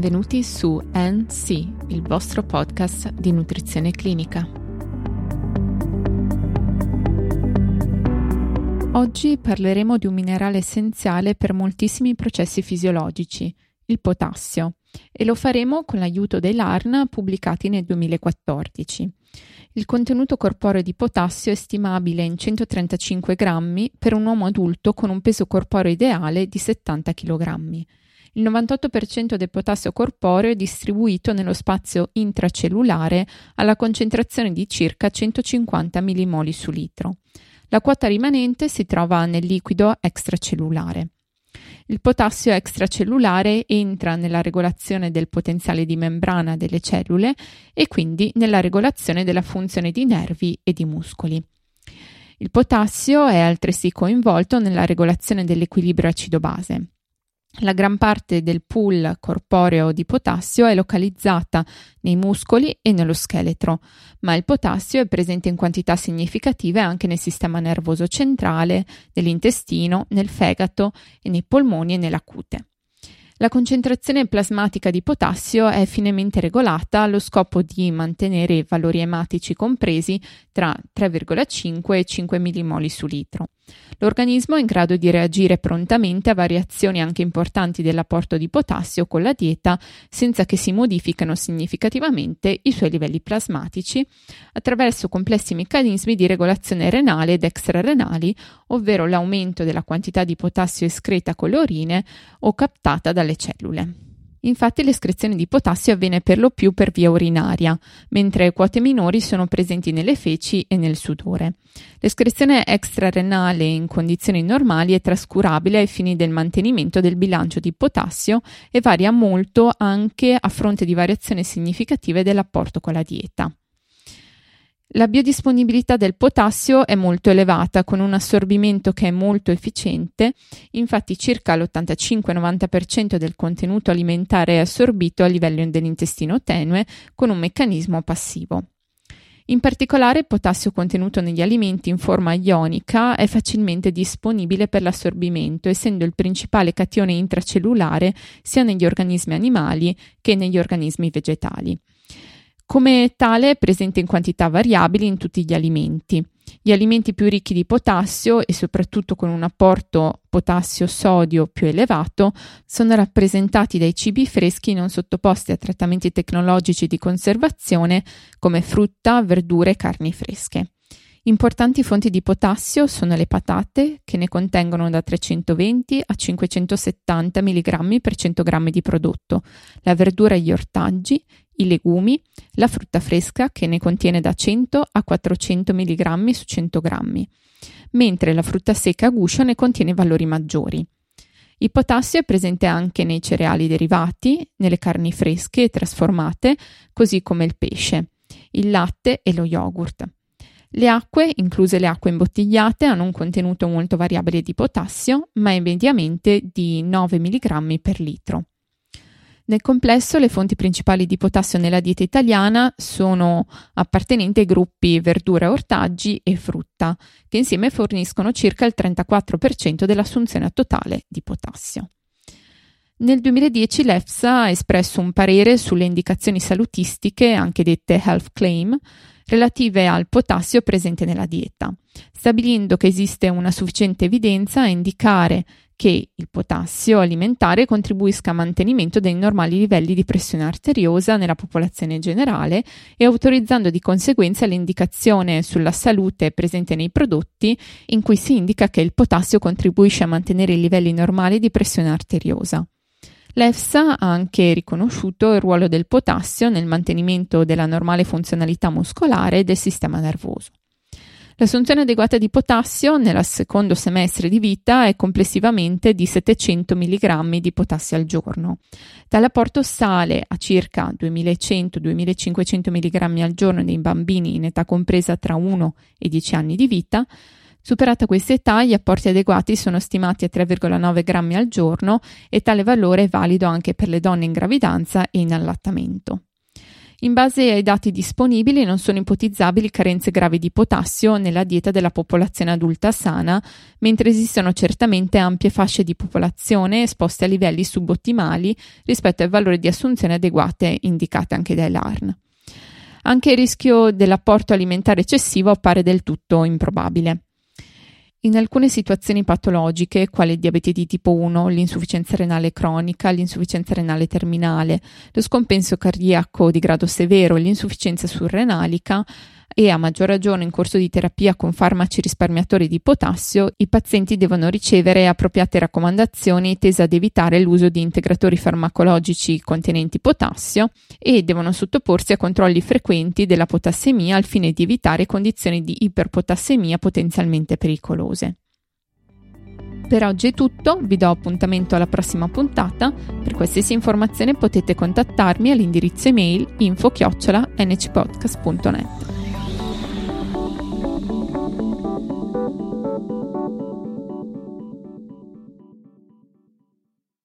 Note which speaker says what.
Speaker 1: Benvenuti su NC, il vostro podcast di nutrizione clinica. Oggi parleremo di un minerale essenziale per moltissimi processi fisiologici, il potassio, e lo faremo con l'aiuto dei LARN pubblicati nel 2014. Il contenuto corporeo di potassio è stimabile in 135 grammi per un uomo adulto con un peso corporeo ideale di 70 kg. Il 98% del potassio corporeo è distribuito nello spazio intracellulare alla concentrazione di circa 150 mmol su litro. La quota rimanente si trova nel liquido extracellulare. Il potassio extracellulare entra nella regolazione del potenziale di membrana delle cellule e quindi nella regolazione della funzione di nervi e di muscoli. Il potassio è altresì coinvolto nella regolazione dell'equilibrio acido-base. La gran parte del pool corporeo di potassio è localizzata nei muscoli e nello scheletro, ma il potassio è presente in quantità significative anche nel sistema nervoso centrale, nell'intestino, nel fegato e nei polmoni e nella cute. La concentrazione plasmatica di potassio è finemente regolata allo scopo di mantenere i valori ematici compresi tra 3,5 e 5 mmol su litro. L'organismo è in grado di reagire prontamente a variazioni anche importanti dell'apporto di potassio con la dieta senza che si modifichino significativamente i suoi livelli plasmatici attraverso complessi meccanismi di regolazione renale ed extrarenali, ovvero l'aumento della quantità di potassio escreta con le urine o captata dalle cellule. Infatti l'escrezione di potassio avviene per lo più per via urinaria, mentre quote minori sono presenti nelle feci e nel sudore. L'escrezione extrarenale in condizioni normali è trascurabile ai fini del mantenimento del bilancio di potassio e varia molto anche a fronte di variazioni significative dell'apporto con la dieta. La biodisponibilità del potassio è molto elevata, con un assorbimento che è molto efficiente, infatti circa l'85-90% del contenuto alimentare è assorbito a livello dell'intestino tenue con un meccanismo passivo. In particolare il potassio contenuto negli alimenti in forma ionica è facilmente disponibile per l'assorbimento, essendo il principale catione intracellulare sia negli organismi animali che negli organismi vegetali. Come tale è presente in quantità variabili in tutti gli alimenti. Gli alimenti più ricchi di potassio e soprattutto con un apporto potassio-sodio più elevato sono rappresentati dai cibi freschi non sottoposti a trattamenti tecnologici di conservazione come frutta, verdure e carni fresche. Importanti fonti di potassio sono le patate, che ne contengono da 320 a 570 mg per 100 g di prodotto, la verdura e gli ortaggi, i legumi, la frutta fresca, che ne contiene da 100 a 400 mg su 100 g, mentre la frutta secca a guscio ne contiene valori maggiori. Il potassio è presente anche nei cereali derivati, nelle carni fresche e trasformate, così come il pesce, il latte e lo yogurt. Le acque, incluse le acque imbottigliate, hanno un contenuto molto variabile di potassio, ma è mediamente di 9 mg per litro. Nel complesso, le fonti principali di potassio nella dieta italiana sono appartenenti ai gruppi verdura, ortaggi e frutta, che insieme forniscono circa il 34% dell'assunzione totale di potassio. Nel 2010 l'EFSA ha espresso un parere sulle indicazioni salutistiche, anche dette health claim, relative al potassio presente nella dieta, stabilendo che esiste una sufficiente evidenza a indicare che il potassio alimentare contribuisca a mantenimento dei normali livelli di pressione arteriosa nella popolazione generale e autorizzando di conseguenza l'indicazione sulla salute presente nei prodotti in cui si indica che il potassio contribuisce a mantenere i livelli normali di pressione arteriosa. L'EFSA ha anche riconosciuto il ruolo del potassio nel mantenimento della normale funzionalità muscolare del sistema nervoso. L'assunzione adeguata di potassio nel secondo semestre di vita è complessivamente di 700 mg di potassio al giorno. Tale apporto sale a circa 2100-2500 mg al giorno nei bambini in età compresa tra 1 e 10 anni di vita. Superata questa età, gli apporti adeguati sono stimati a 3,9 grammi al giorno e tale valore è valido anche per le donne in gravidanza e in allattamento. In base ai dati disponibili non sono ipotizzabili carenze gravi di potassio nella dieta della popolazione adulta sana, mentre esistono certamente ampie fasce di popolazione esposte a livelli subottimali rispetto ai valori di assunzione adeguate indicate anche dai LARN. Anche il rischio dell'apporto alimentare eccessivo appare del tutto improbabile. In alcune situazioni patologiche, quali il diabete di tipo 1, l'insufficienza renale cronica, l'insufficienza renale terminale, lo scompenso cardiaco di grado severo e l'insufficienza surrenalica, e a maggior ragione in corso di terapia con farmaci risparmiatori di potassio, i pazienti devono ricevere appropriate raccomandazioni tese ad evitare l'uso di integratori farmacologici contenenti potassio e devono sottoporsi a controlli frequenti della potassemia al fine di evitare condizioni di iperpotassemia potenzialmente pericolose. Per oggi è tutto, vi do appuntamento alla prossima puntata. Per qualsiasi informazione potete contattarmi all'indirizzo email info@ncpodcast.net.